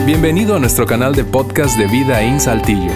Bienvenido a nuestro canal de podcast de Vida en Saltillo.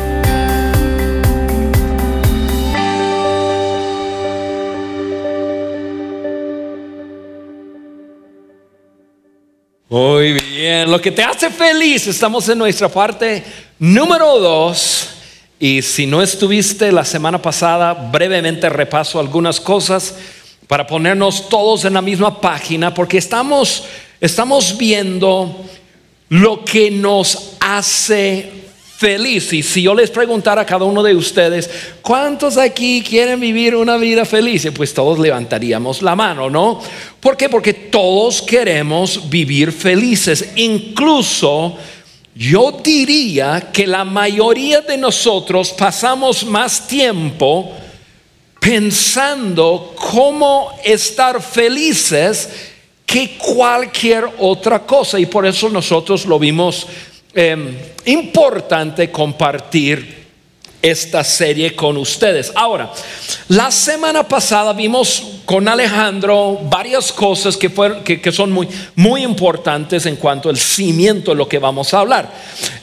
Muy bien, lo que te hace feliz. Estamos en nuestra parte número 2. Y si no estuviste la semana pasada, brevemente repaso algunas cosas para ponernos todos en la misma página, porque estamos viendo lo que nos hace feliz. Y si yo les preguntara a cada uno de ustedes, ¿cuántos aquí quieren vivir una vida feliz? Pues todos levantaríamos la mano, ¿no? ¿Por qué? Porque todos queremos vivir felices. Incluso yo diría que la mayoría de nosotros pasamos más tiempo pensando cómo estar felices que cualquier otra cosa. Y por eso nosotros lo vimos importante compartir esta serie con ustedes. Ahora, la semana pasada vimos con Alejandro varias cosas que son muy, muy importantes en cuanto al cimiento de lo que vamos a hablar.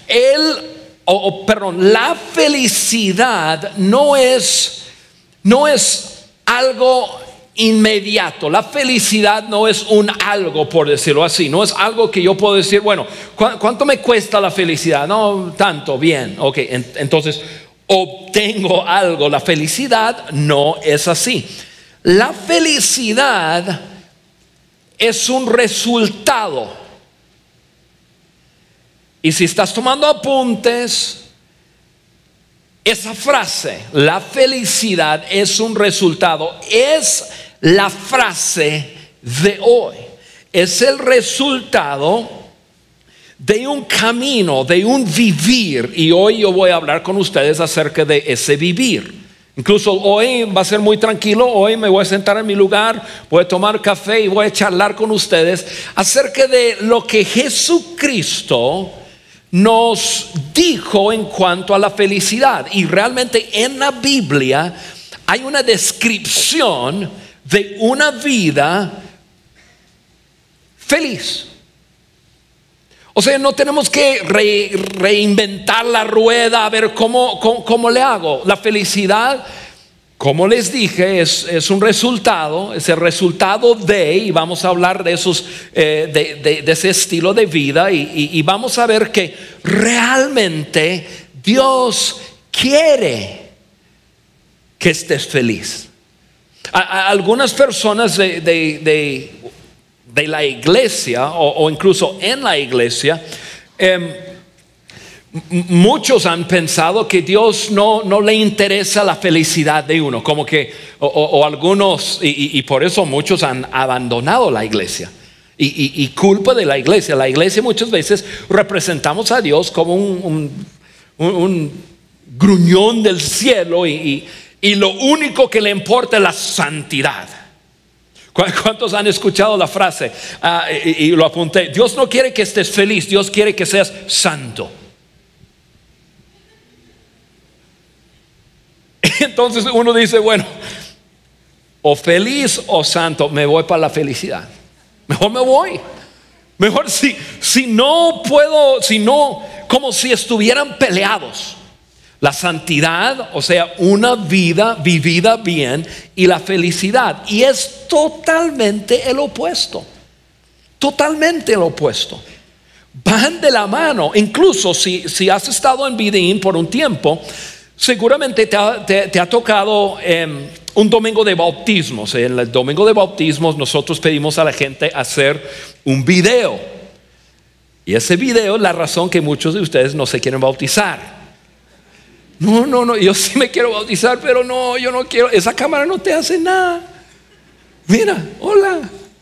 La felicidad no es algo inmediato. La felicidad no es un algo, por decirlo así. No es algo que yo puedo decir, bueno, ¿cuánto me cuesta la felicidad? No, tanto, bien, ok, entonces obtengo algo. La felicidad no es así. La felicidad es un resultado. Y si estás tomando apuntes, esa frase, la felicidad es un resultado, es la frase de hoy. Es el resultado de un camino, de un vivir. Y hoy yo voy a hablar con ustedes acerca de ese vivir. Incluso hoy va a ser muy tranquilo. Hoy me voy a sentar en mi lugar, voy a tomar café y voy a charlar con ustedes acerca de lo que Jesucristo nos dijo en cuanto a la felicidad. Y realmente en la Biblia hay una descripción de una vida feliz. O sea, no tenemos que reinventar la rueda a ver cómo le hago. La felicidad, como les dije, es un resultado, es el resultado de, y vamos a hablar de esos, de ese estilo de vida, y vamos a ver que realmente Dios quiere que estés feliz. Algunas personas de la iglesia o incluso en la iglesia, muchos han pensado que Dios no le interesa la felicidad de uno, como que o algunos, y por eso muchos han abandonado la iglesia. Y culpa de la iglesia. La iglesia muchas veces representamos a Dios como un gruñón del cielo, y lo único que le importa es la santidad. ¿Cuántos han escuchado la frase? Y lo apunté. Dios no quiere que estés feliz, Dios quiere que seas santo. Entonces uno dice, bueno, o feliz o santo. Me voy para la felicidad. Mejor me voy. Mejor si no puedo, como si estuvieran peleados. La santidad, o sea, una vida vivida bien, y la felicidad. Y es totalmente el opuesto. Totalmente el opuesto. Van de la mano. Incluso si has estado en Vidín por un tiempo, seguramente te ha tocado un domingo de bautismos. En el domingo de bautismos nosotros pedimos a la gente hacer un video. Y ese video es la razón que muchos de ustedes no se quieren bautizar. No, yo sí me quiero bautizar, pero no, yo no quiero. Esa cámara no te hace nada. Mira, hola.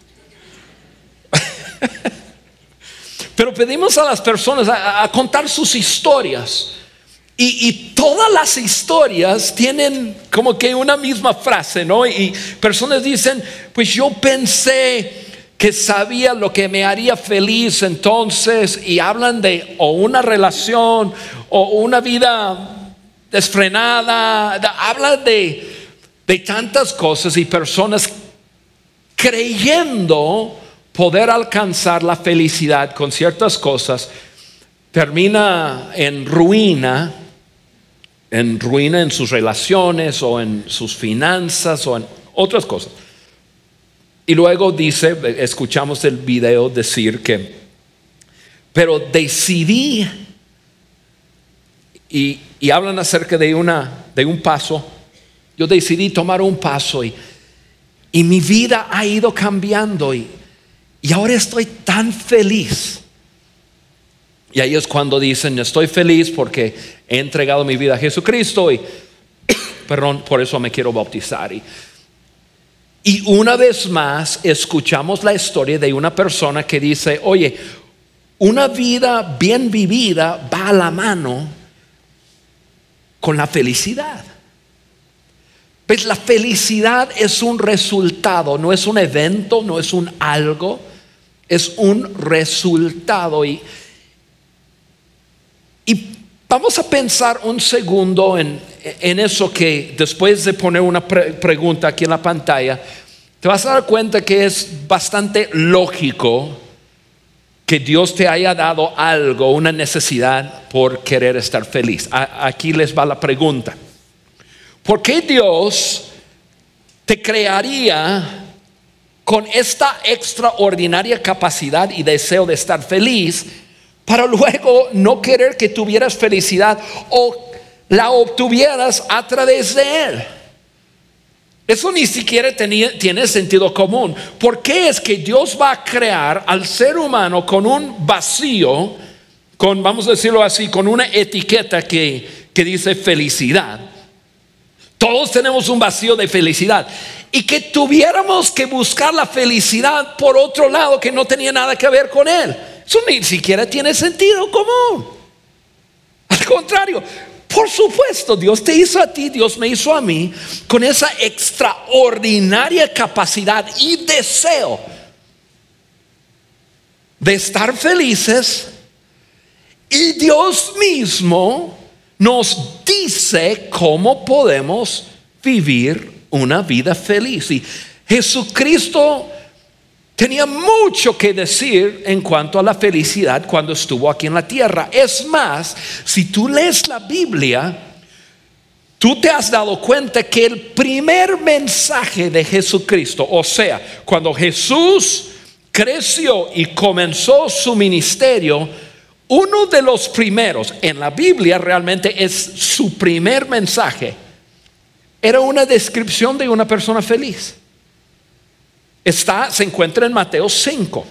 Pero pedimos a las personas a contar sus historias. Y todas las historias tienen como que una misma frase, ¿no? Y personas dicen, pues yo pensé que sabía lo que me haría feliz entonces. Y hablan de o una relación o una vida desfrenada. Habla de tantas cosas, y personas creyendo poder alcanzar la felicidad con ciertas cosas termina en ruina en sus relaciones o en sus finanzas o en otras cosas. Y luego dice, escuchamos el video decir que, pero decidí, y hablan acerca de un paso. Yo decidí tomar un paso y mi vida ha ido cambiando y ahora estoy tan feliz. Y ahí es cuando dicen, estoy feliz porque he entregado mi vida a Jesucristo y perdón, por eso me quiero bautizar. Y una vez más escuchamos la historia de una persona que dice, oye, una vida bien vivida va a la mano con la felicidad. Pues la felicidad es un resultado, no es un evento, no es un algo, es un resultado. Y vamos a pensar un segundo en eso, que después de poner una pregunta aquí en la pantalla, te vas a dar cuenta que es bastante lógico que Dios te haya dado algo, una necesidad por querer estar feliz. Aquí les va la pregunta. ¿Por qué Dios te crearía con esta extraordinaria capacidad y deseo de estar feliz para luego no querer que tuvieras felicidad o la obtuvieras a través de Él? Eso ni siquiera tiene sentido común. ¿Por qué es que Dios va a crear al ser humano con un vacío, con, vamos a decirlo así, con una etiqueta que dice felicidad? Todos tenemos un vacío de felicidad, y que tuviéramos que buscar la felicidad por otro lado que no tenía nada que ver con Él. Eso ni siquiera tiene sentido común. Al contrario, por supuesto, Dios te hizo a ti, Dios me hizo a mí con esa extraordinaria capacidad y deseo de estar felices, y Dios mismo nos dice cómo podemos vivir una vida feliz. Y Jesucristo tenía mucho que decir en cuanto a la felicidad cuando estuvo aquí en la tierra. Es más, si tú lees la Biblia, tú te has dado cuenta que el primer mensaje de Jesucristo, o sea, cuando Jesús creció y comenzó su ministerio, uno de los primeros en la Biblia, realmente es su primer mensaje, era una descripción de una persona feliz. Se encuentra en Mateo 5.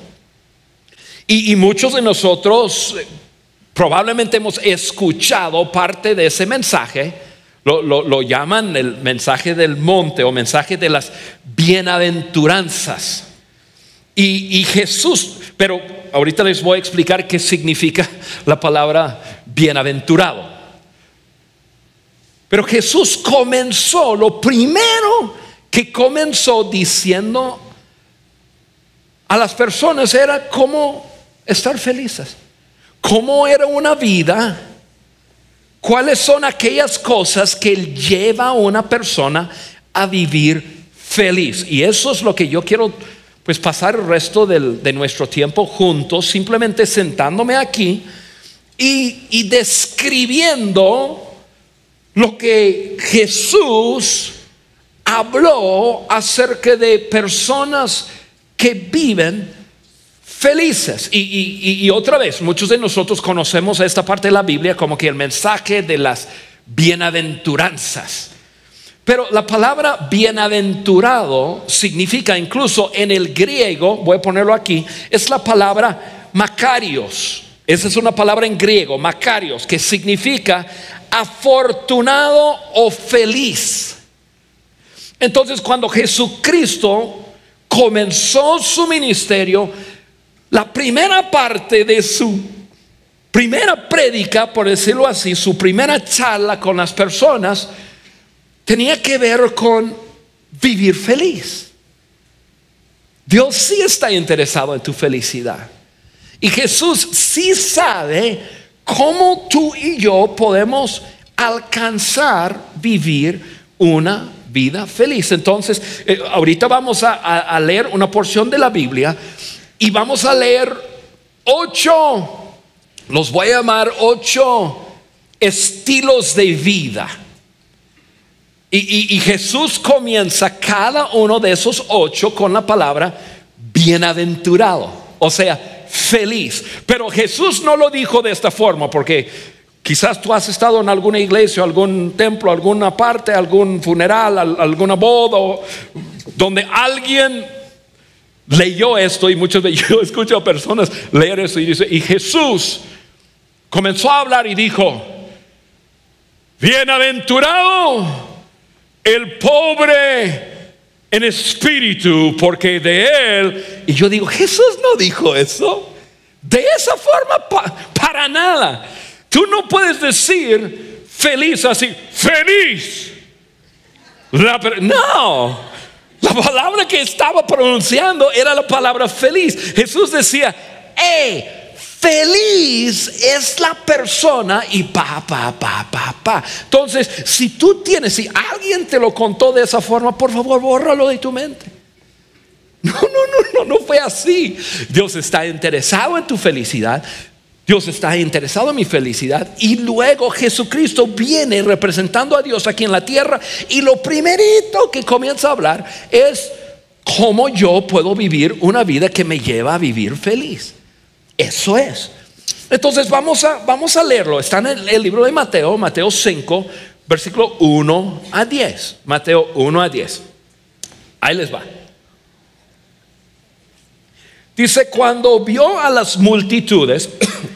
Y muchos de nosotros probablemente hemos escuchado parte de ese mensaje. Lo llaman el mensaje del monte o mensaje de las bienaventuranzas. Y Jesús, pero ahorita les voy a explicar qué significa la palabra bienaventurado. Pero Jesús comenzó, lo primero que comenzó diciendo a las personas era cómo estar felices, cómo era una vida, cuáles son aquellas cosas que lleva a una persona a vivir feliz. Y eso es lo que yo quiero pasar el resto de nuestro tiempo juntos, simplemente sentándome aquí y describiendo lo que Jesús habló acerca de personas que viven felices. Y otra vez, muchos de nosotros conocemos esta parte de la Biblia como que el mensaje de las bienaventuranzas. Pero la palabra bienaventurado significa, incluso en el griego, voy a ponerlo aquí, es la palabra makarios. Esa es una palabra en griego, makarios, que significa afortunado o feliz. Entonces, cuando Jesucristo comenzó su ministerio, la primera parte de su primera prédica, por decirlo así, su primera charla con las personas, tenía que ver con vivir feliz. Dios sí está interesado en tu felicidad, y Jesús sí sabe cómo tú y yo podemos alcanzar vivir una vida feliz. Entonces, ahorita vamos a leer una porción de la Biblia y vamos a leer 8 Los voy a llamar 8 estilos de vida. Y Jesús comienza cada uno de esos 8 con la palabra bienaventurado, o sea, feliz. Pero Jesús no lo dijo de esta forma, porque quizás tú has estado en alguna iglesia, algún templo, alguna parte, algún funeral, alguna boda, donde alguien leyó esto, y muchas veces yo escucho a personas leer esto y dice, y Jesús comenzó a hablar y dijo: bienaventurado el pobre en espíritu, porque de él. Y yo digo, Jesús no dijo eso de esa forma, para nada. Tú no puedes decir feliz así, feliz. No, la palabra que estaba pronunciando era la palabra feliz. Jesús decía, feliz es la persona, y pa. Entonces, si alguien te lo contó de esa forma, por favor, bórralo de tu mente. No fue así. Dios está interesado en tu felicidad. Dios está interesado en mi felicidad. Y luego Jesucristo viene representando a Dios aquí en la tierra, y lo primerito que comienza a hablar es cómo yo puedo vivir una vida que me lleva a vivir feliz. Eso es. Entonces vamos a leerlo. Está en el libro de Mateo 5, versículo 1 a 10. Mateo 1 a 10. Ahí les va. Dice: cuando vio a las multitudes,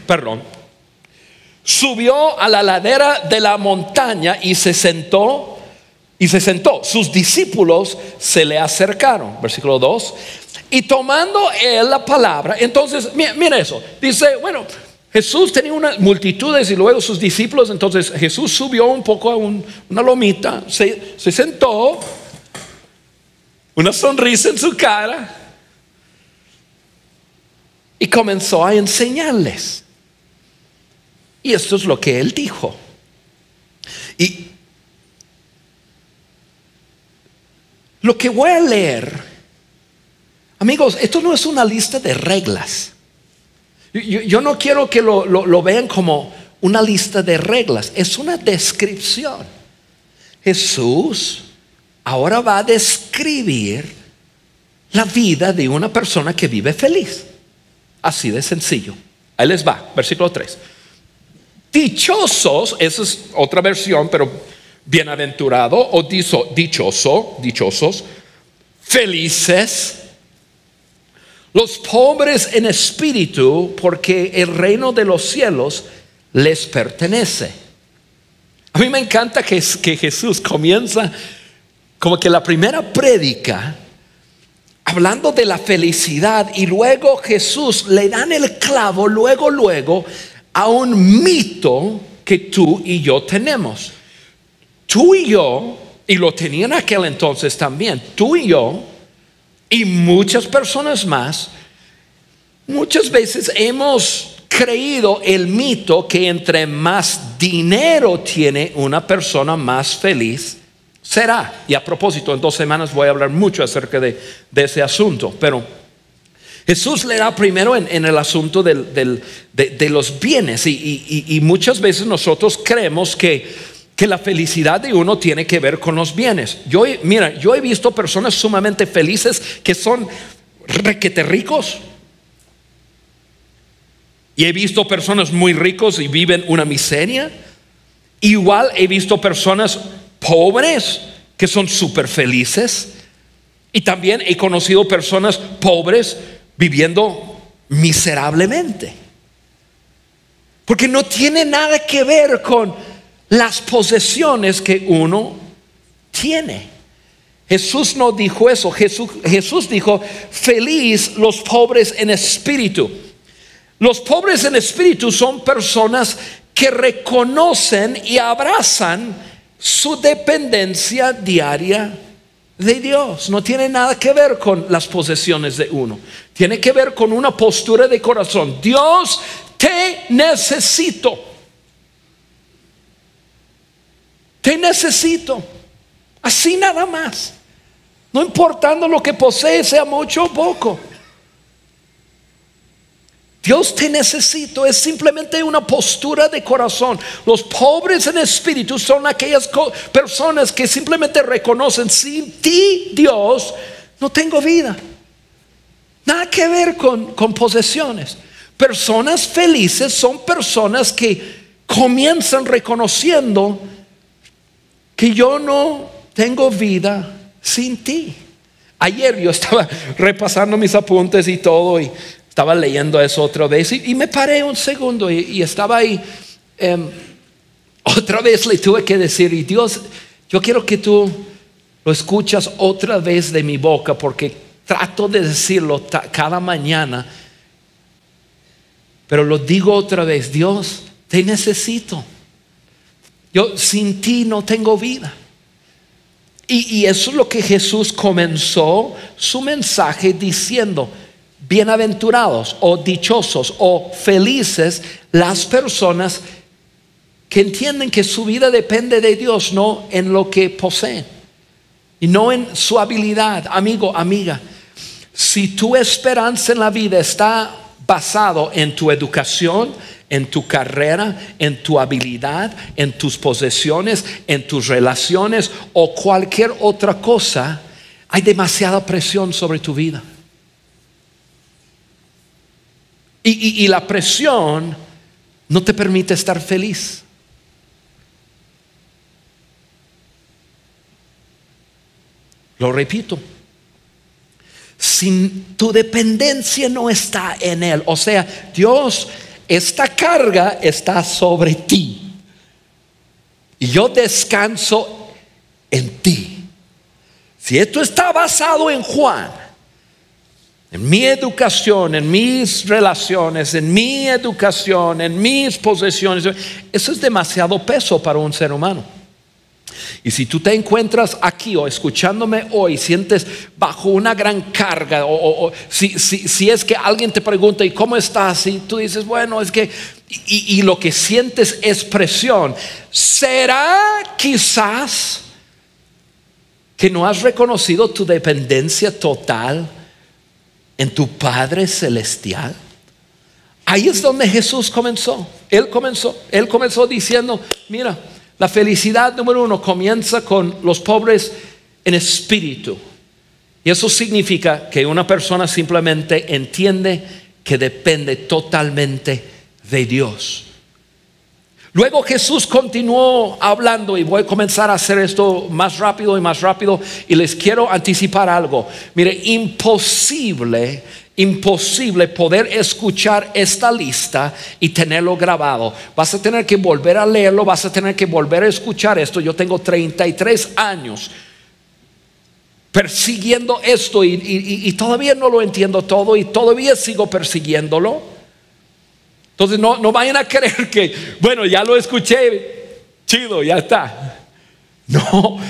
subió a la ladera de la montaña y se sentó. Sus discípulos se le acercaron. Versículo 2. Y tomando él la palabra, entonces, mira eso. Dice, bueno, Jesús tenía unas multitudes y luego sus discípulos. Entonces Jesús subió un poco a una lomita, se sentó, una sonrisa en su cara, y comenzó a enseñarles. Y esto es lo que él dijo. Y lo que voy a leer, amigos, esto no es una lista de reglas. Yo no quiero que lo vean como una lista de reglas. Es una descripción. Jesús ahora va a describir la vida de una persona que vive feliz. Así de sencillo. Ahí les va, versículo 3. Dichosos, esa es otra versión, pero bienaventurado o dichosos, felices los pobres en espíritu, porque el reino de los cielos les pertenece. A mí me encanta que Jesús comienza como que la primera prédica hablando de la felicidad, y luego Jesús le dan el clavo luego a un mito que tú y yo tenemos. Tú y yo, y lo tenía en aquel entonces también, tú y yo y muchas personas más, muchas veces hemos creído el mito que entre más dinero tiene una persona, más feliz será. Y a propósito, en 2 semanas voy a hablar mucho acerca de ese asunto. Pero Jesús le da primero en el asunto de los bienes, y muchas veces nosotros creemos que la felicidad de uno tiene que ver con los bienes. Yo he visto personas sumamente felices que son requete ricos, y he visto personas muy ricos y viven una miseria. Igual he visto personas pobres que son súper felices, y también he conocido personas pobres viviendo miserablemente, porque no tiene nada que ver con las posesiones que uno tiene. Jesús no dijo eso. Jesús dijo: feliz los pobres en espíritu. Los pobres en espíritu son personas que reconocen y abrazan su dependencia diaria de Dios. No tiene nada que ver con las posesiones de uno. Tiene que ver con una postura de corazón. Dios, te necesito. Te necesito. Así nada más. No importando lo que posee, sea mucho o poco. Dios te necesito es simplemente una postura de corazón. Los pobres en espíritu son aquellas personas que simplemente reconocen: sin ti, Dios, no tengo vida. Nada que ver con posesiones. Personas felices son personas que comienzan reconociendo que yo no tengo vida sin ti. Ayer yo estaba repasando mis apuntes y todo, y estaba leyendo eso otra vez, y me paré un segundo y estaba ahí. Otra vez le tuve que decir: y Dios, yo quiero que tú lo escuchas otra vez de mi boca, porque trato de decirlo cada mañana, pero lo digo otra vez. Dios, te necesito. Yo sin ti no tengo vida. Y eso es lo que Jesús comenzó su mensaje diciendo: bienaventurados o dichosos o felices las personas que entienden que su vida depende de Dios, no en lo que poseen y no en su habilidad. Amigo, amiga, si tu esperanza en la vida está basado en tu educación, en tu carrera, en tu habilidad, en tus posesiones, en tus relaciones o cualquier otra cosa, hay demasiada presión sobre tu vida. Y la presión no te permite estar feliz. Lo repito: si tu dependencia no está en Él, o sea, Dios, esta carga está sobre ti y yo descanso en ti. Si esto está basado en Juan, en mi educación, en mis relaciones, en mi educación, en mis posesiones, eso es demasiado peso para un ser humano. Y si tú te encuentras aquí o escuchándome hoy, sientes bajo una gran carga, o si es que alguien te pregunta: ¿y cómo estás? Y tú dices: bueno, es que, y lo que sientes es presión. ¿Será quizás que no has reconocido tu dependencia total en tu Padre Celestial? Ahí es donde Jesús comenzó. Él comenzó diciendo: mira, la felicidad número uno comienza con los pobres en espíritu. Y eso significa que una persona simplemente entiende que depende totalmente de Dios. Luego Jesús continuó hablando, y voy a comenzar a hacer esto más rápido y más rápido, y les quiero anticipar algo. Mire, imposible poder escuchar esta lista y tenerlo grabado. Vas a tener que volver a leerlo, vas a tener que volver a escuchar esto. Yo tengo 33 años persiguiendo esto y todavía no lo entiendo todo, y todavía sigo persiguiéndolo. Entonces no vayan a creer que, bueno, ya lo escuché, chido, ya está. No,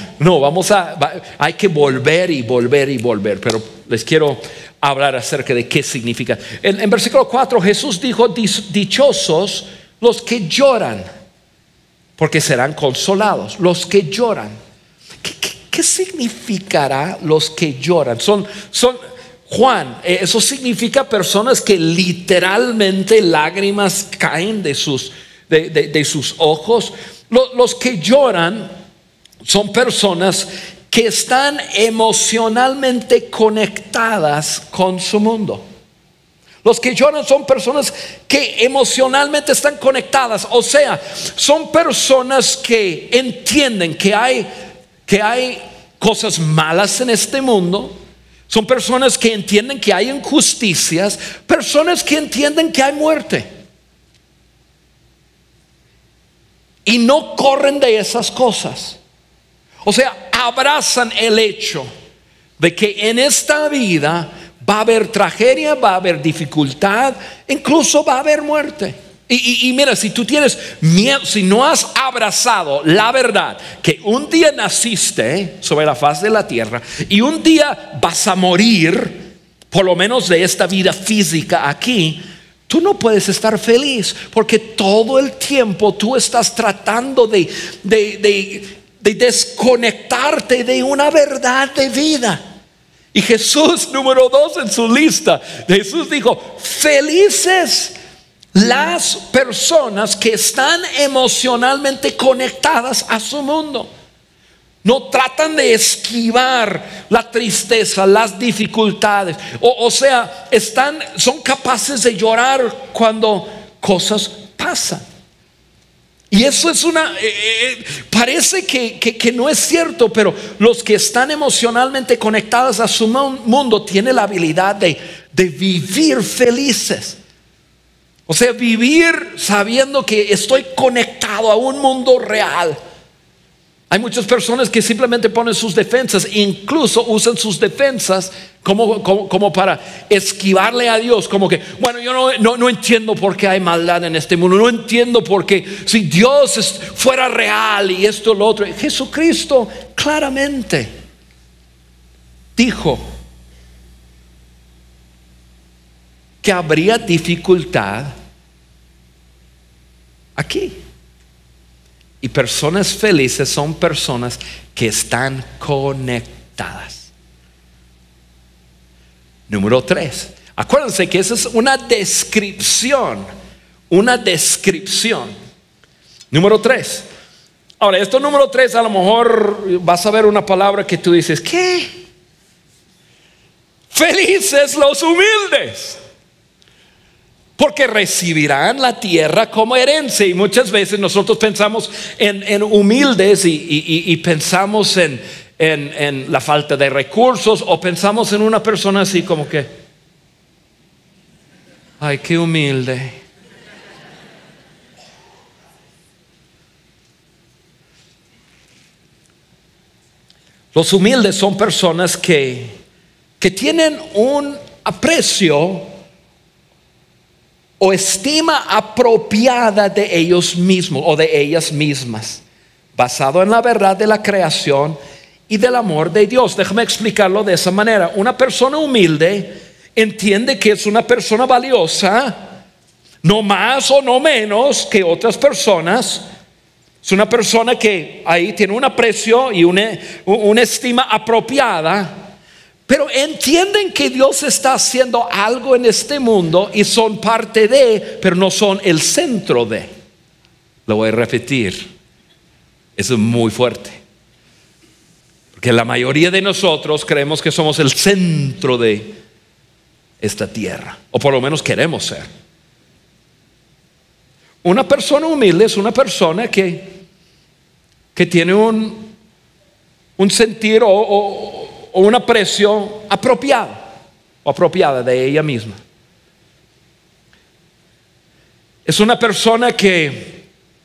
hay que volver y volver y volver. Pero les quiero hablar acerca de qué significa. En versículo 4 Jesús dijo: dichosos los que lloran, porque serán consolados. Los que lloran. ¿Qué significará los que lloran? Son Juan, eso significa personas que literalmente lágrimas caen de sus ojos. Los que lloran son personas que están emocionalmente conectadas con su mundo. Los que lloran son personas que emocionalmente están conectadas, o sea, son personas que entienden que hay cosas malas en este mundo. Son personas que entienden que hay injusticias, personas que entienden que hay muerte, y no corren de esas cosas. O sea, abrazan el hecho de que en esta vida va a haber tragedia, va a haber dificultad, incluso va a haber muerte. Y mira, si tú tienes miedo, si no has abrazado la verdad que un día naciste sobre la faz de la tierra y un día vas a morir, por lo menos de esta vida física aquí, tú no puedes estar feliz, porque todo el tiempo tú estás tratando de desconectarte de una verdad de vida. Y Jesús, número 2 en su lista, Jesús dijo: felices las personas que están emocionalmente conectadas a su mundo. No tratan de esquivar la tristeza, las dificultades. O sea, son capaces de llorar cuando cosas pasan. Y eso es parece que no es cierto, pero los que están emocionalmente conectados a su mundo tienen la habilidad de vivir felices. O sea, vivir sabiendo que estoy conectado a un mundo real. Hay muchas personas que simplemente ponen sus defensas, incluso usan sus defensas como para esquivarle a Dios. Como que, bueno, yo no entiendo por qué hay maldad en este mundo. No entiendo por qué, si Dios fuera real y esto, lo otro. Jesucristo claramente dijo que habría dificultad aquí. Y personas felices son personas que están conectadas. Número 3. Acuérdense que esa es una descripción. Número 3. Ahora, esto número 3, a lo mejor vas a ver una palabra que tú dices: ¿qué? Felices los humildes, porque recibirán la tierra como herencia. Y muchas veces nosotros pensamos en humildes y pensamos en la falta de recursos, o pensamos en una persona así como que: ay, qué humilde. Los humildes son personas que tienen un aprecio o estima apropiada de ellos mismos o de ellas mismas, basado en la verdad de la creación y del amor de Dios. Déjame explicarlo de esa manera. Una persona humilde entiende que es una persona valiosa, no más o no menos que otras personas. Es una persona que ahí tiene un aprecio y una estima apropiada. Pero entienden que Dios está haciendo algo en este mundo y son parte de, pero no son el centro de. Lo voy a repetir. Eso es muy fuerte. Porque la mayoría de nosotros creemos que somos el centro de esta tierra. O por lo menos queremos ser. Una persona humilde es una persona que tiene un sentir o un aprecio apropiado o apropiada de ella misma. Es una persona que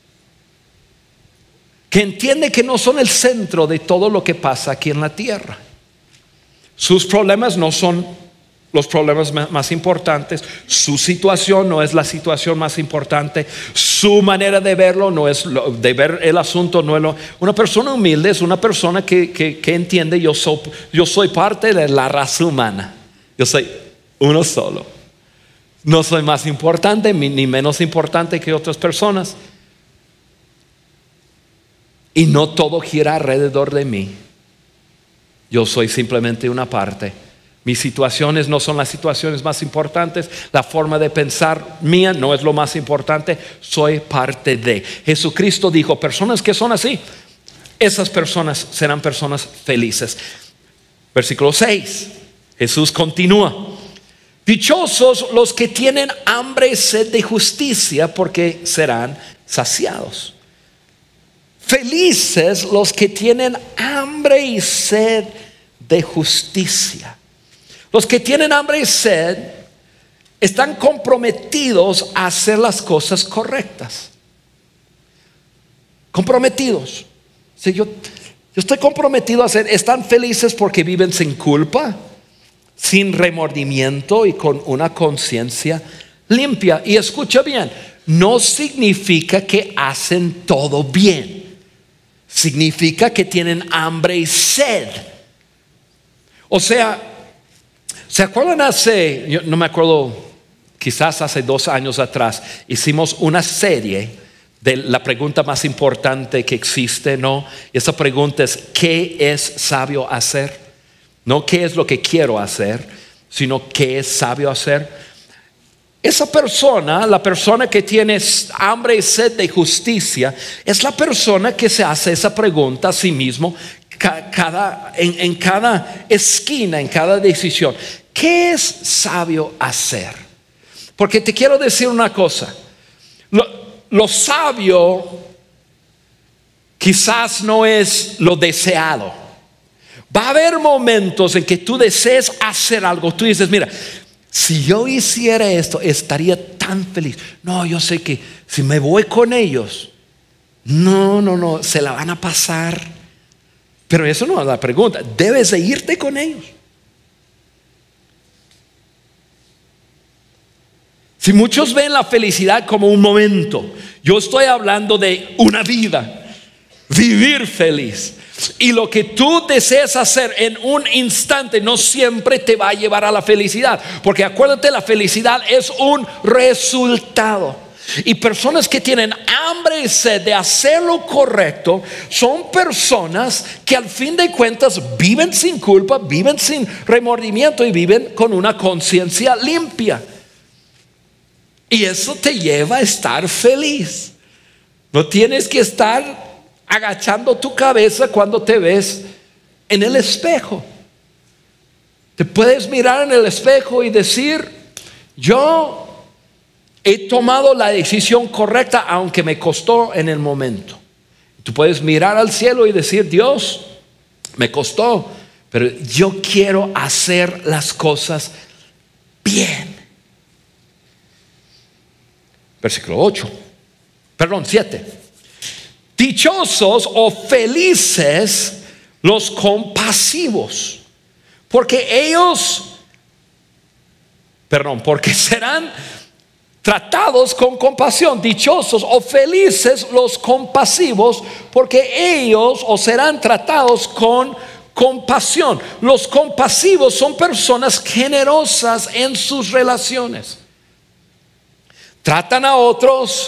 entiende que no son el centro de todo lo que pasa aquí en la tierra. Sus problemas no son los problemas más importantes. Su situación no es la situación más importante. Su manera de verlo no es de ver el asunto, no es una persona humilde es una persona que entiende: yo soy parte de la raza humana. Yo soy uno solo. No soy más importante ni menos importante que otras personas. Y no todo gira alrededor de mí. Yo soy simplemente una parte. Mis situaciones no son las situaciones más importantes. La forma de pensar mía no es lo más importante. Soy parte de. Jesucristo dijo: personas que son así, esas personas serán personas felices. Versículo 6. Jesús continúa: dichosos los que tienen hambre y sed de justicia, porque serán saciados. Felices los que tienen hambre y sed de justicia. Los que tienen hambre y sed están comprometidos a hacer las cosas correctas. Comprometidos. Si yo estoy comprometido a hacer. Están felices porque viven sin culpa, sin remordimiento y con una conciencia limpia. Y escucha bien, no significa que hacen todo bien. Significa que tienen hambre y sed. O sea, ¿se acuerdan yo no me acuerdo, quizás hace 2 años atrás, hicimos una serie de la pregunta más importante que existe, ¿no? Y esa pregunta es: ¿qué es sabio hacer? no qué es lo que quiero hacer, sino qué es sabio hacer. Esa persona, la persona que tiene hambre y sed de justicia, es la persona que se hace esa pregunta a sí mismo en cada esquina, en cada decisión. ¿Qué es sabio hacer? Porque te quiero decir una cosa. Lo sabio quizás no es lo deseado. Va a haber momentos en que tú desees hacer algo. Tú dices, mira, si yo hiciera esto, estaría tan feliz. No, yo sé que si me voy con ellos, no, se la van a pasar. Pero eso no es la pregunta. Debes de irte con ellos. Si muchos ven la felicidad como un momento, yo estoy hablando de una vida, vivir feliz. Y lo que tú deseas hacer en un instante no siempre te va a llevar a la felicidad, porque acuérdate, la felicidad es un resultado. Y personas que tienen hambre y sed de hacer lo correcto son personas que al fin de cuentas viven sin culpa, viven sin remordimiento y viven con una conciencia limpia. Y eso te lleva a estar feliz. No tienes que estar agachando tu cabeza cuando te ves en el espejo. Te puedes mirar en el espejo y decir, yo he tomado la decisión correcta, aunque me costó en el momento. Tú puedes mirar al cielo y decir, Dios, me costó, pero yo quiero hacer las cosas bien. Versículo 7. Dichosos o felices los compasivos, porque serán tratados con compasión. Dichosos o felices los compasivos, porque ellos serán tratados con compasión. Los compasivos son personas generosas en sus relaciones. Tratan a otros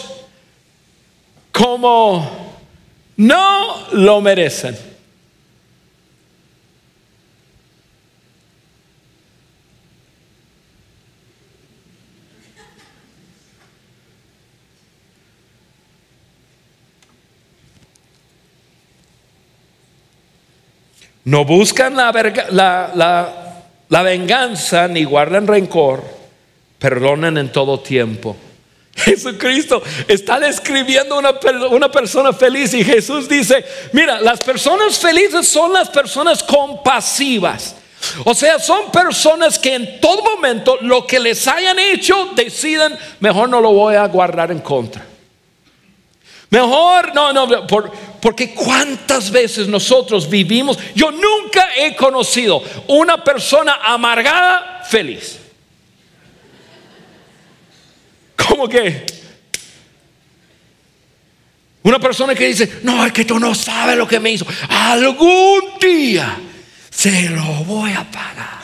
como no lo merecen. No buscan la venganza ni guardan rencor, perdonan en todo tiempo. Jesucristo está describiendo una persona feliz, y Jesús dice, mira, las personas felices son las personas compasivas. O sea, son personas que en todo momento lo que les hayan hecho deciden, mejor no lo voy a guardar en contra. Mejor porque cuántas veces nosotros vivimos. Yo nunca he conocido una persona amargada feliz. ¿Cómo que? Una persona que dice, no, es que tú no sabes lo que me hizo. Algún día se lo voy a pagar.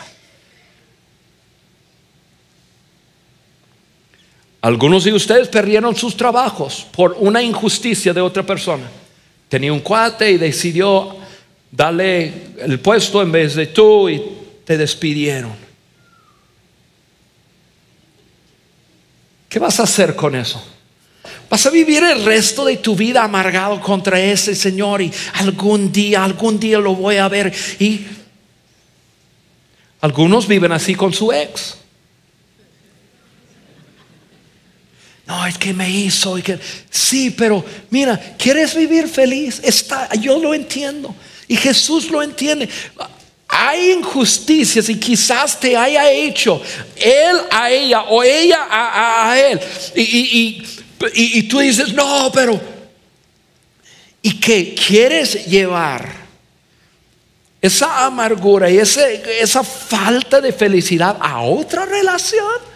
Algunos de ustedes perdieron sus trabajos por una injusticia de otra persona. Tenía un cuate y decidió darle el puesto en vez de tú y te despidieron. ¿Qué vas a hacer con eso? ¿Vas a vivir el resto de tu vida amargado contra ese señor y algún día lo voy a ver? Y algunos viven así con su ex. No, es que me hizo sí, pero mira, ¿quieres vivir feliz? Yo lo entiendo y Jesús lo entiende. Hay injusticias y quizás te haya hecho él a ella o ella a él, y tú dices, no, pero ¿y qué? ¿Quieres llevar esa amargura y esa falta de felicidad a otra relación?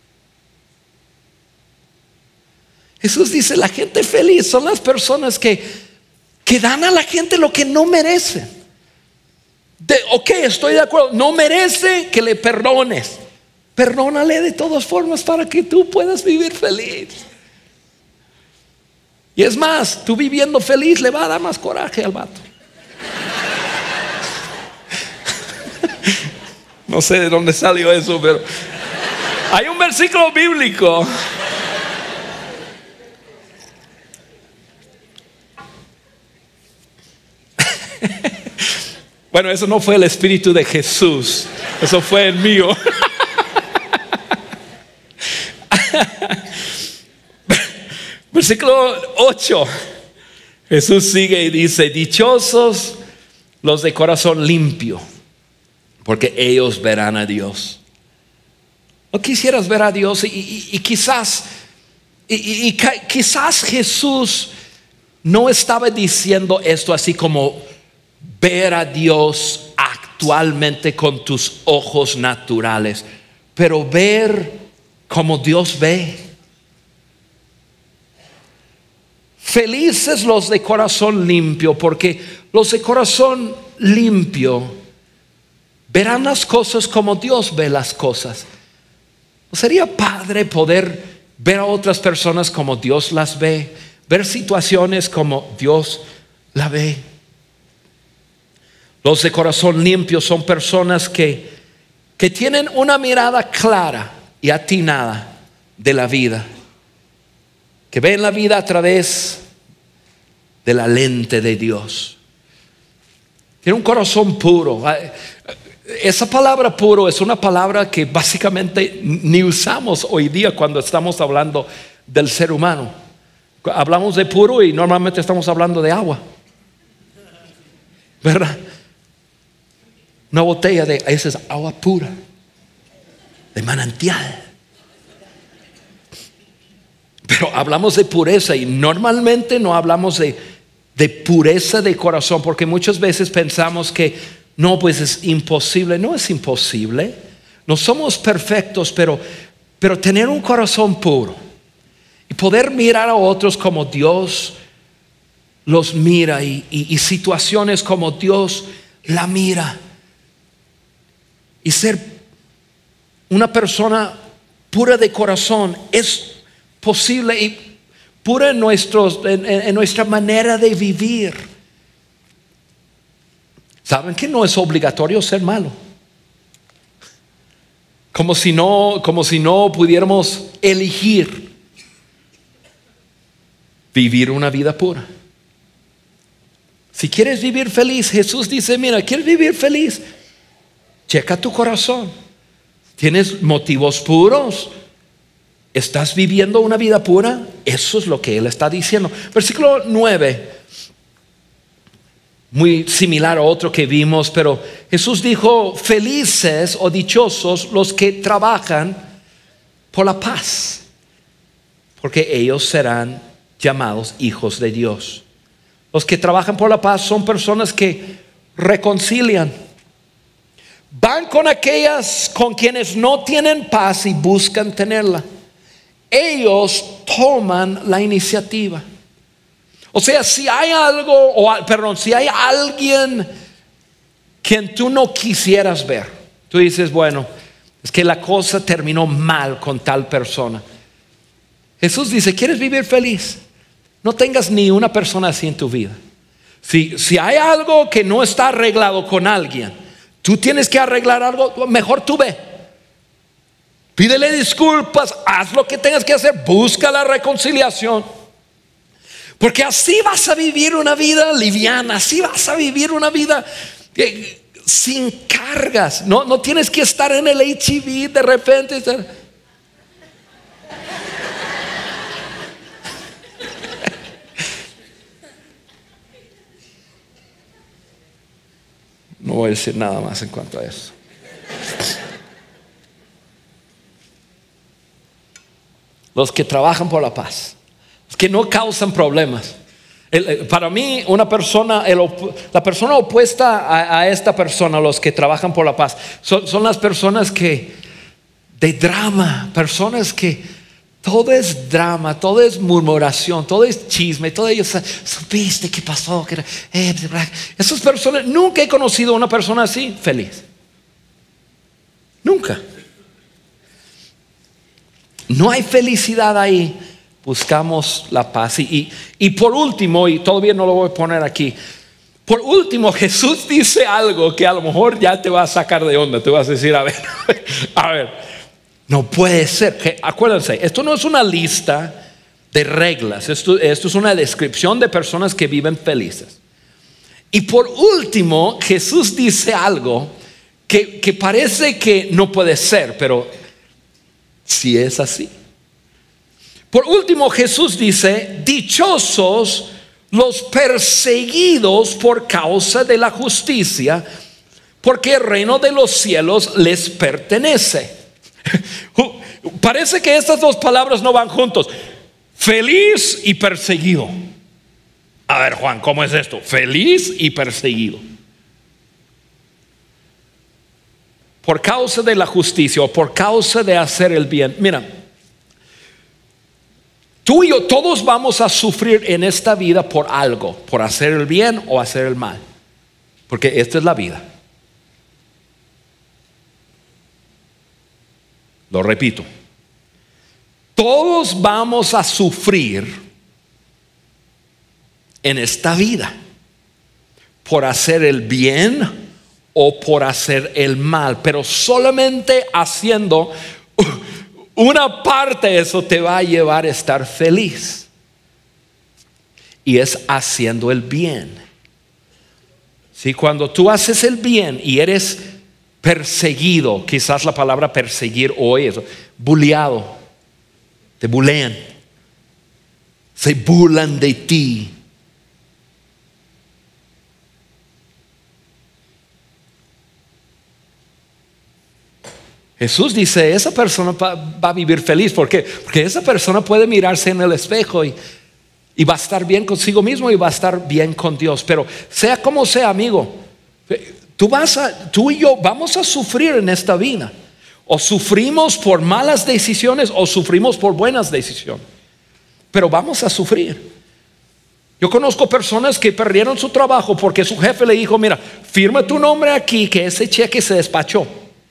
Jesús dice, la gente feliz son las personas que dan a la gente lo que no merecen. Ok, estoy de acuerdo, no merece que le perdones. Perdónale de todas formas para que tú puedas vivir feliz. Y es más, tú viviendo feliz le va a dar más coraje al vato. No sé de dónde salió eso, pero hay un versículo bíblico. Bueno, eso no fue el Espíritu de Jesús, eso fue el mío. Versículo 8. Jesús sigue y dice: dichosos los de corazón limpio, porque ellos verán a Dios. ¿No quisieras ver a Dios? Y quizás Jesús no estaba diciendo esto así como ver a Dios actualmente con tus ojos naturales, pero ver como Dios ve. Felices los de corazón limpio, porque los de corazón limpio verán las cosas como Dios ve las cosas. ¿No sería padre poder ver a otras personas como Dios las ve? Ver situaciones como Dios la ve. Los de corazón limpio son personas que tienen una mirada clara y atinada de la vida, que ven la vida a través de la lente de Dios. Tiene un corazón puro. Esa palabra puro es una palabra que básicamente ni usamos hoy día cuando estamos hablando del ser humano. Hablamos de puro y normalmente estamos hablando de agua, ¿verdad? Una botella de esa es agua pura, de manantial. Pero hablamos de pureza y normalmente no hablamos de pureza de corazón, porque muchas veces pensamos que no, pues es imposible. No es imposible, no somos perfectos, pero tener un corazón puro y poder mirar a otros como Dios los mira y situaciones como Dios la mira, y ser una persona pura de corazón es posible, y pura en nuestra manera de vivir. ¿Saben que no es obligatorio ser malo? Como si no pudiéramos elegir vivir una vida pura. Si quieres vivir feliz, Jesús dice: mira, ¿quieres vivir feliz? Checa tu corazón. ¿Tienes motivos puros? ¿Estás viviendo una vida pura? Eso es lo que Él está diciendo. Versículo 9, muy similar a otro que vimos, pero Jesús dijo: felices o dichosos los que trabajan por la paz, porque ellos serán llamados hijos de Dios. Los que trabajan por la paz son personas que reconcilian, van con aquellas con quienes no tienen paz y buscan tenerla. Ellos toman la iniciativa. O sea, si hay si hay alguien quien tú no quisieras ver, tú dices: bueno, es que la cosa terminó mal con tal persona. Jesús dice: ¿quieres vivir feliz? No tengas ni una persona así en tu vida. Si hay algo que no está arreglado con alguien, tú tienes que arreglar algo, mejor tú ve. Pídele disculpas, haz lo que tengas que hacer, busca la reconciliación. Porque así vas a vivir una vida liviana, así vas a vivir una vida sin cargas. No tienes que estar en el HIV de repente. No voy a decir nada más en cuanto a eso. Los que trabajan por la paz, los que no causan problemas. Para mí, la persona opuesta a esta persona, los que trabajan por la paz, son las personas de drama, personas que todo es drama, todo es murmuración, todo es chisme, todo ello. ¿Supiste qué pasó? Esas personas, nunca he conocido a una persona así feliz. Nunca. No hay felicidad ahí. Buscamos la paz. Y por último, y todavía no lo voy a poner aquí, Por último, Jesús dice algo que a lo mejor ya te va a sacar de onda. Te vas a decir, a ver, no puede ser. Acuérdense, esto no es una lista de reglas. Esto es una descripción de personas que viven felices. Y por último, Jesús dice algo que parece que no puede ser, pero sí es así. Por último, Jesús dice: dichosos los perseguidos por causa de la justicia, porque el reino de los cielos les pertenece. Parece que estas dos palabras no van juntos. Feliz y perseguido. A ver, Juan, ¿cómo es esto? Feliz y perseguido. Por causa de la justicia o por causa de hacer el bien. Mira, tú y yo todos vamos a sufrir en esta vida por algo, por hacer el bien o hacer el mal, porque esta es la vida. Lo repito, todos vamos a sufrir en esta vida por hacer el bien o por hacer el mal, pero solamente haciendo una parte de eso te va a llevar a estar feliz, y es haciendo el bien. ¿Sí? Cuando tú haces el bien y eres perseguido, quizás la palabra perseguir hoy es bulleado, te bulean, se burlan de ti. Jesús dice: esa persona va a vivir feliz. ¿Por qué? Porque esa persona puede mirarse en el espejo y va a estar bien consigo mismo y va a estar bien con Dios. Pero sea como sea, amigo, tú y yo vamos a sufrir en esta vida. O sufrimos por malas decisiones o sufrimos por buenas decisiones, pero vamos a sufrir. Yo conozco personas que perdieron su trabajo porque su jefe le dijo: mira, firma tu nombre aquí, que ese cheque se despachó.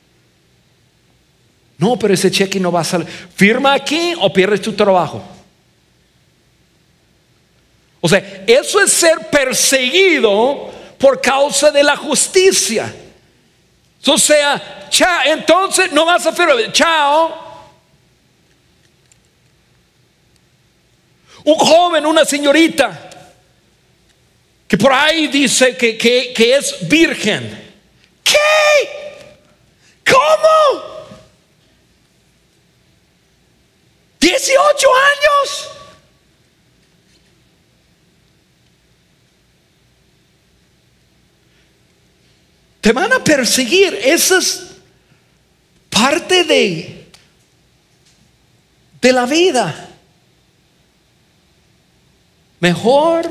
No, pero ese cheque no va a salir. Firma aquí o pierdes tu trabajo. O sea, eso es ser perseguido por causa de la justicia. O sea, entonces no vas a firmar. Chao. Un joven, una señorita que por ahí dice que es virgen. ¿Qué? ¿Cómo? 18 años. Te van a perseguir. Esa es parte de la vida. Mejor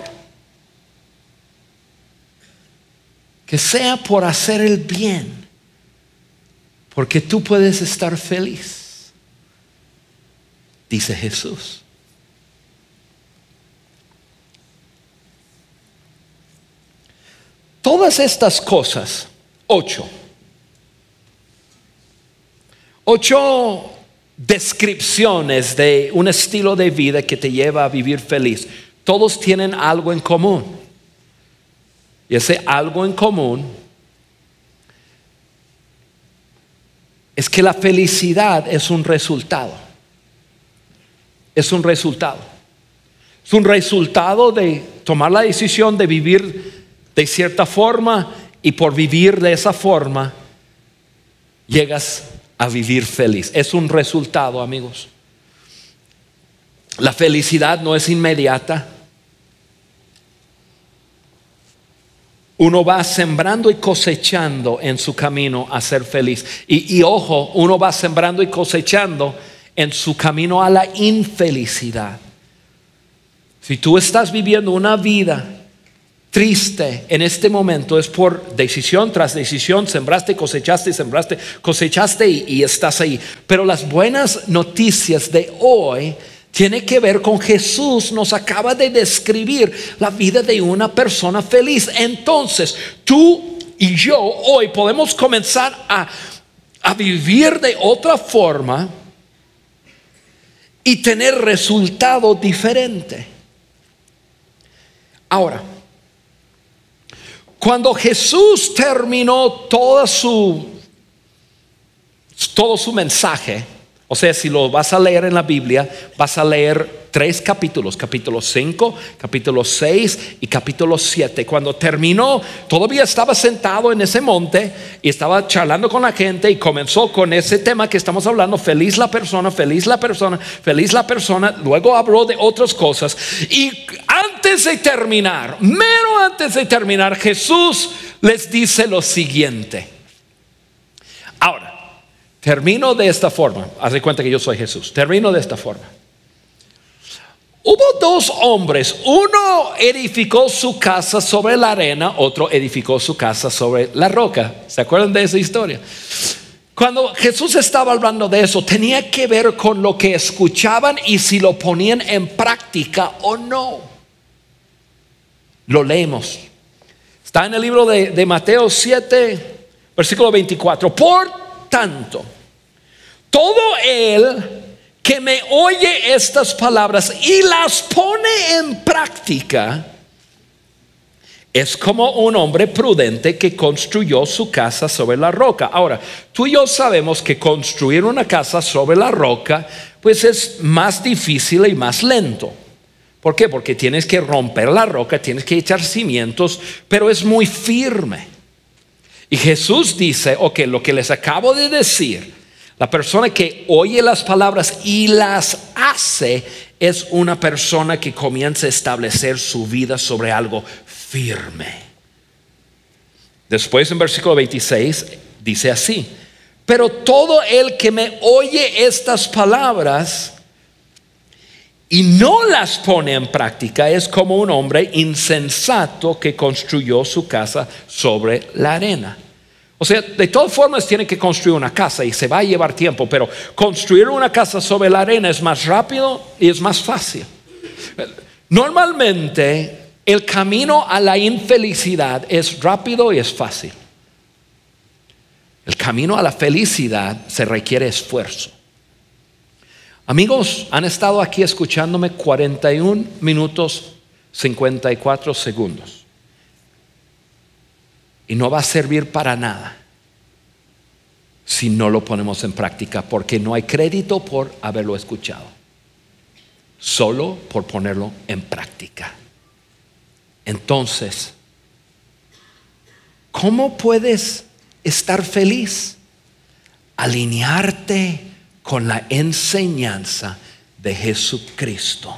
que sea por hacer el bien, porque tú puedes estar feliz, dice Jesús. Todas estas cosas, 8 descripciones de un estilo de vida que te lleva a vivir feliz, todos tienen algo en común. Y ese algo en común es que la felicidad es un resultado. Es un resultado. Es un resultado de tomar la decisión de vivir de cierta forma, y por vivir de esa forma llegas a vivir feliz. Es un resultado, amigos. La felicidad no es inmediata. Uno va sembrando y cosechando en su camino a ser feliz. Y ojo, uno va sembrando y cosechando en su camino a la infelicidad. Si tú estás viviendo una vida triste en este momento, es por decisión tras decisión. Sembraste, cosechaste y estás ahí. Pero las buenas noticias de hoy tiene que ver con Jesús. Nos acaba de describir la vida de una persona feliz. Entonces tú y yo hoy podemos comenzar a vivir de otra forma y tener resultado diferente. Ahora, Cuando Jesús terminó todo su mensaje, o sea, si lo vas a leer en la Biblia, vas a leer 3 capítulos, capítulo 5, capítulo 6 y capítulo 7. Cuando terminó, todavía estaba sentado en ese monte y estaba charlando con la gente y comenzó con ese tema que estamos hablando: feliz la persona, feliz la persona, feliz la persona. Luego habló de otras cosas y antes de terminar, mero antes de terminar, Jesús les dice lo siguiente. Ahora, termino de esta forma. Haz de cuenta que yo soy Jesús. Termino de esta forma. Hubo 2 hombres. Uno edificó su casa sobre la arena, otro edificó su casa sobre la roca. ¿Se acuerdan de esa historia? Cuando Jesús estaba hablando de eso, tenía que ver con lo que escuchaban y si lo ponían en práctica o no. Lo leemos. Está en el libro de Mateo 7, versículo 24. Por tanto, todo él que me oye estas palabras y las pone en práctica es como un hombre prudente que construyó su casa sobre la roca. Ahora, tú y yo sabemos que construir una casa sobre la roca pues es más difícil y más lento. ¿Por qué? Porque tienes que romper la roca, tienes que echar cimientos, pero es muy firme. Y Jesús dice, ok, lo que les acabo de decir, la persona que oye las palabras y las hace es una persona que comienza a establecer su vida sobre algo firme. Después en versículo 26 dice así: pero todo el que me oye estas palabras y no las pone en práctica es como un hombre insensato que construyó su casa sobre la arena. O sea, de todas formas tiene que construir una casa y se va a llevar tiempo, pero construir una casa sobre la arena es más rápido y es más fácil. Normalmente el camino a la infelicidad es rápido y es fácil. El camino a la felicidad se requiere esfuerzo. Amigos, han estado aquí escuchándome 41 minutos 54 segundos. Y no va a servir para nada si no lo ponemos en práctica, porque no hay crédito por haberlo escuchado, solo por ponerlo en práctica. Entonces, ¿cómo puedes estar feliz? Alinearte con la enseñanza de Jesucristo.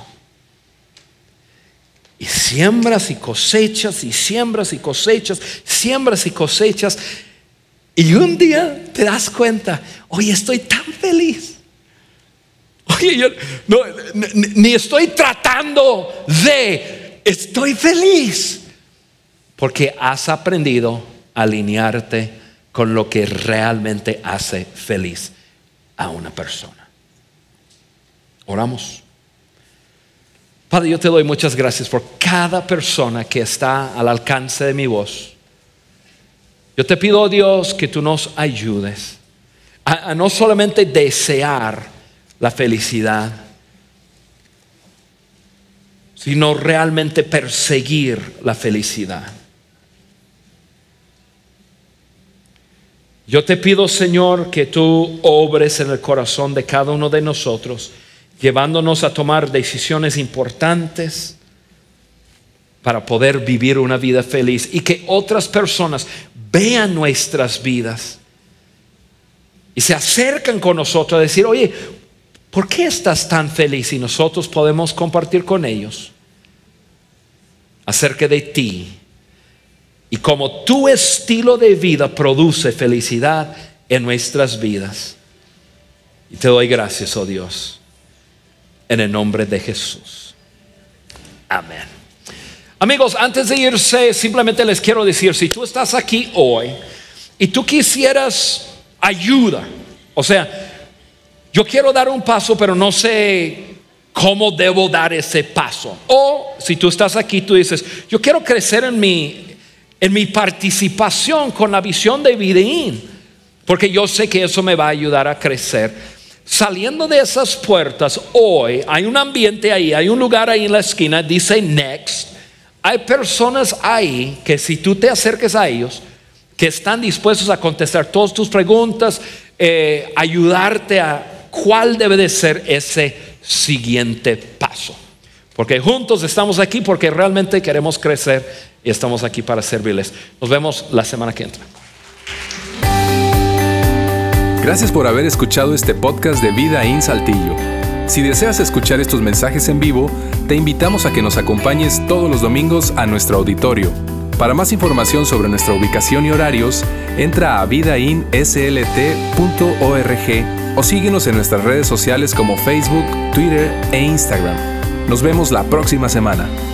Y siembras y cosechas, y siembras y cosechas, siembras y cosechas. Y un día te das cuenta, oye, estoy tan feliz. Oye, yo ni estoy tratando de, estoy feliz. Porque has aprendido a alinearte con lo que realmente hace feliz a una persona. Oramos. Padre, yo te doy muchas gracias por cada persona que está al alcance de mi voz. Yo te pido, Dios, que tú nos ayudes a no solamente desear la felicidad, sino realmente perseguir la felicidad. Yo te pido, Señor, que tú obres en el corazón de cada uno de nosotros, llevándonos a tomar decisiones importantes para poder vivir una vida feliz, y que otras personas vean nuestras vidas y se acercan con nosotros a decir, oye, ¿por qué estás tan feliz? Y nosotros podemos compartir con ellos acerca de ti y cómo tu estilo de vida produce felicidad en nuestras vidas. Y te doy gracias, oh Dios, en el nombre de Jesús. Amén. Amigos, antes de irse, simplemente les quiero decir, si tú estás aquí hoy y tú quisieras ayuda, o sea, yo quiero dar un paso, pero no sé cómo debo dar ese paso. O si tú estás aquí, tú dices, yo quiero crecer en mi participación con la visión de Videín, porque yo sé que eso me va a ayudar a crecer. Saliendo de esas puertas hoy, hay un ambiente ahí, hay un lugar ahí en la esquina, dice Next. hay personas ahí que si tú te acerques a ellos, que están dispuestos a contestar todas tus preguntas, ayudarte a cuál debe de ser ese siguiente paso. Porque juntos estamos aquí porque realmente queremos crecer y estamos aquí para servirles. Nos vemos la semana que entra. Gracias por haber escuchado este podcast de Vida en Saltillo. Si deseas escuchar estos mensajes en vivo, te invitamos a que nos acompañes todos los domingos a nuestro auditorio. Para más información sobre nuestra ubicación y horarios, entra a vidainslt.org o síguenos en nuestras redes sociales como Facebook, Twitter e Instagram. Nos vemos la próxima semana.